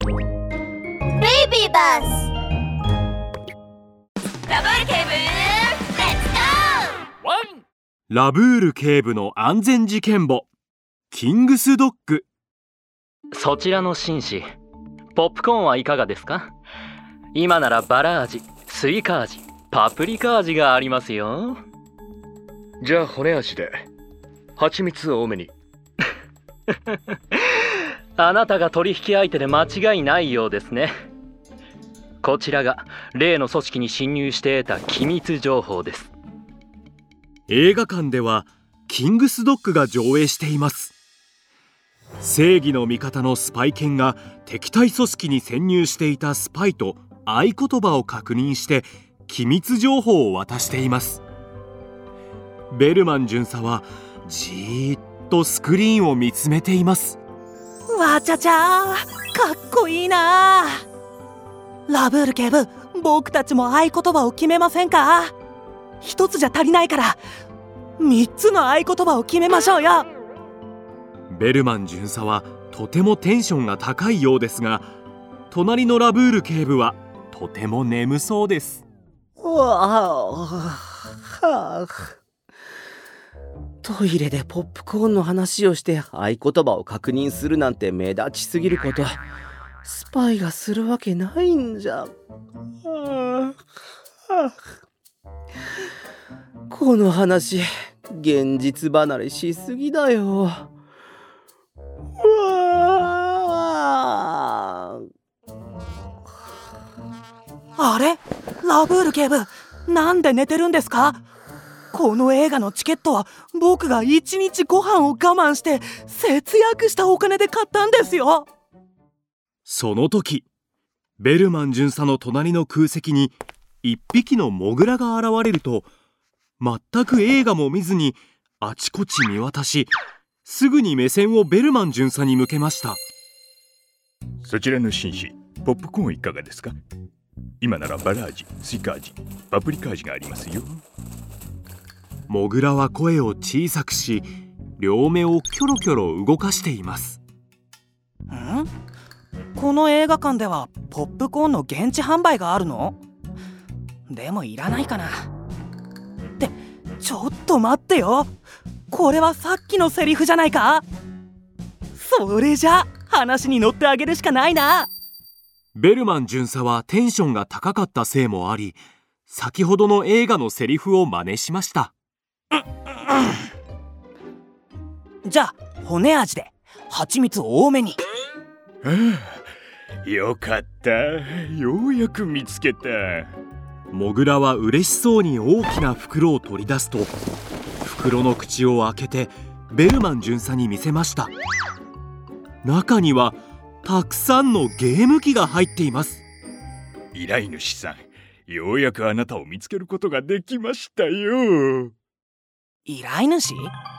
ベイビーバスラブール警部、レッツゴー。 ラブール警部の安全事件簿、キングスドッグ。 そちらの紳士、ポップコーンはいかがですか？今ならバラ味、スイカ味、パプリカ味がありますよ。 じゃあ骨味で蜂蜜多めに。 あなたが取引相手で間違いないようですね。こちらが例の組織に侵入して得た機密情報です。 映画館ではキングスドッグが上映しています。正義の味方のスパイ犬が敵対組織に潜入していたスパイと合言葉を確認して機密情報を渡しています。ベルマン巡査はじーっとスクリーンを見つめています。 わちゃちゃー、かっこいいな。ラブール警部、僕たちも合言葉を決めませんか？一つじゃ足りないから3つの合言葉を決めましょうよ。 ベルマン巡査はとてもテンションが高いようですが、隣のラブール警部はとても眠そうです。 トイレでポップコーンの話をして合言葉を確認するなんて目立ちすぎること、スパイがするわけないんじゃ。この話、現実離れしすぎだよ。 あれ、ラブール警部、なんで寝てるんですか？この映画のチケットは僕が1日ご飯を我慢して節約したお金で買ったんですよ。 その時、ベルマン巡査の隣の空席に一匹のモグラが現れると、全く映画も見ずにあちこち見渡し、すぐに目線をベルマン巡査に向けました。 そちらの紳士、ポップコーンいかがですか？今ならバラ味、スイカ味、パプリカ味がありますよ。 モグラは声を小さくし、両目をキョロキョロ動かしています。 この映画館ではポップコーンの現地販売があるの？でもいらないかな。ってちょっと待ってよ、これはさっきのセリフじゃないか？それじゃ話に乗ってあげるしかないな。 ベルマン巡査はテンションが高かったせいもあり、先ほどの映画のセリフを真似しました。 じゃあ骨味で蜂蜜多めに。 よかった、ようやく見つけた。 モグラは嬉しそうに大きな袋を取り出すと、袋の口を開けてベルマン巡査に見せました。中にはたくさんのゲーム機が入っています。 依頼主さん、ようやくあなたを見つけることができましたよ。 依頼主？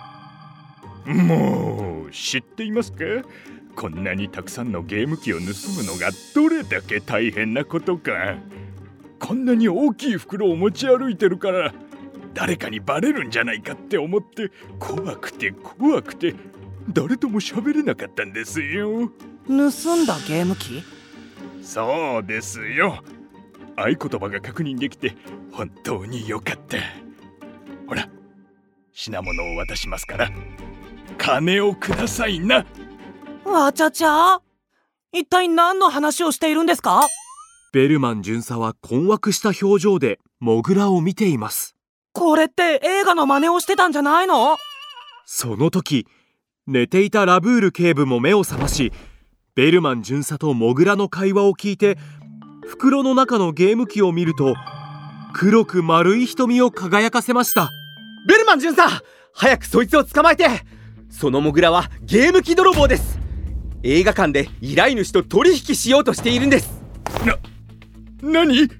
もう知っていますか？こんなにたくさんのゲーム機を盗むのがどれだけ大変なことか。こんなに大きい袋を持ち歩いてるから誰かにバレるんじゃないかって思って、怖くて誰とも喋れなかったんですよ。 盗んだゲーム機？ そうですよ。合言葉が確認できて本当によかった。ほら、品物を渡しますから金をくださいな。 わちゃちゃ、一体何の話をしているんですか？ ベルマン巡査は困惑した表情でモグラを見ています。 これって映画の真似をしてたんじゃないの？ その時、寝ていたラブール警部も目を覚まし、ベルマン巡査とモグラの会話を聞いて、袋の中のゲーム機を見ると黒く丸い瞳を輝かせました。 ベルマン巡査、早くそいつを捕まえて。そのモグラはゲーム機泥棒です。映画館で依頼主と取引しようとしているんです。 何？ラ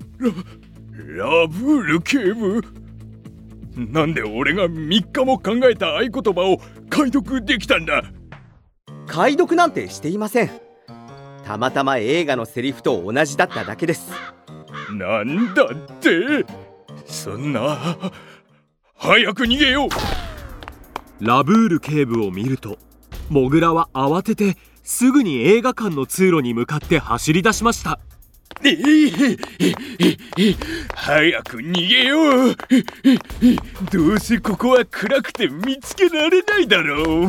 ブール警部、なんで俺が3日も考えた合言葉を解読できたんだ？ 解読なんてしていません。たまたま映画のセリフと同じだっただけです。 なんだって？そんな、早く逃げよう。 ラブール警部を見ると、モグラは慌ててすぐに映画館の通路に向かって走り出しました。 早く逃げよう。どうせここは暗くて見つけられないだろう。 わ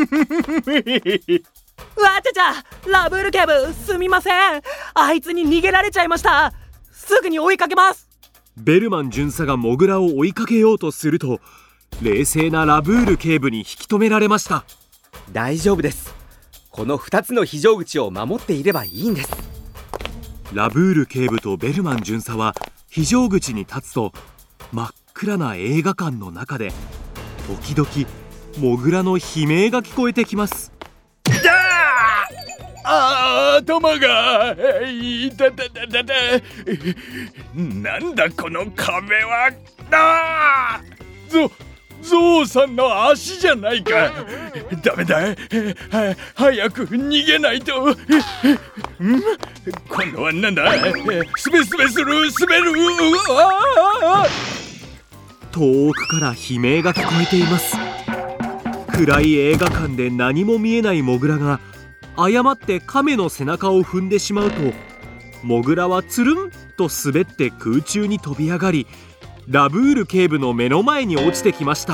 ちゃちゃ、ラブール警部、すみません。あいつに逃げられちゃいました。すぐに追いかけます。 ベルマン巡査がモグラを追いかけようとすると、冷静なラブール警部に引き止められました。 大丈夫です。この2つの非常口を守っていればいいんです。 ラブール警部とベルマン巡査は非常口に立つと、真っ暗な映画館の中で時々モグラの悲鳴が聞こえてきます。 頭が痛たたたた。なんだこの壁は。ゾウさんの足じゃないか。ダメだ、早く逃げないと。今度はなんだ。スベする、滑る。 遠くから悲鳴が聞こえています。暗い映画館で何も見えないモグラが誤って亀の背中を踏んでしまうと、モグラはつるんと滑って空中に飛び上がり、ラブール警部の目の前に落ちてきました。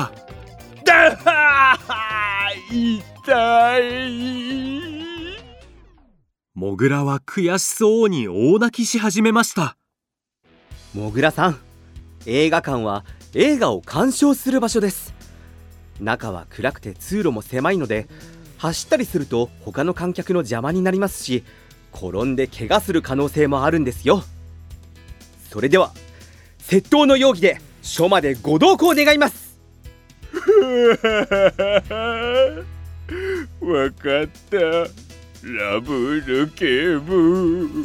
痛い。 モグラは悔しそうに大泣きし始めました。 モグラさん、映画館は映画を鑑賞する場所です。中は暗くて通路も狭いので、走ったりすると他の観客の邪魔になりますし、転んで怪我する可能性もあるんですよ。それでは窃盗の容疑で署までご同行願います。 わかった、ラブール警部。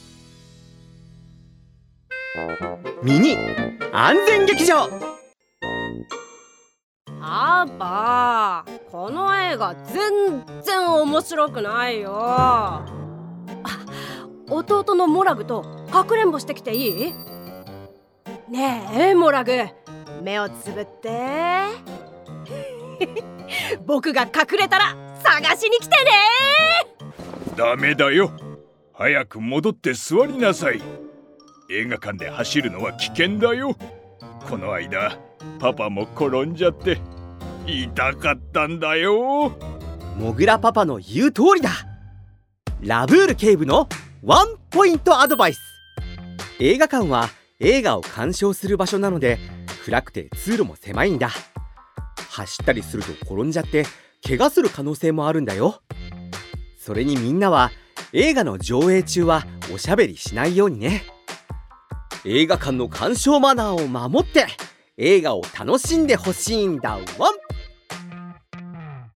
ミニ安全劇場。 パパ、この映画全然面白くないよ。弟のモラグとかくれんぼしてきていい？ねえモラグ、目をつぶって僕が隠れたら探しに来てね。 ダメだよ、早く戻って座りなさい。映画館で走るのは危険だよ。この間パパも転んじゃって痛かったんだよ。 モグラパパの言う通りだ。ラブール警部のワンポイントアドバイス。映画館は映画を鑑賞する場所なので、暗くて通路も狭いんだ。走ったりすると転んじゃって怪我する可能性もあるんだよ。それにみんなは映画の上映中はおしゃべりしないようにね。映画館の鑑賞マナーを守って映画を楽しんでほしいんだワン。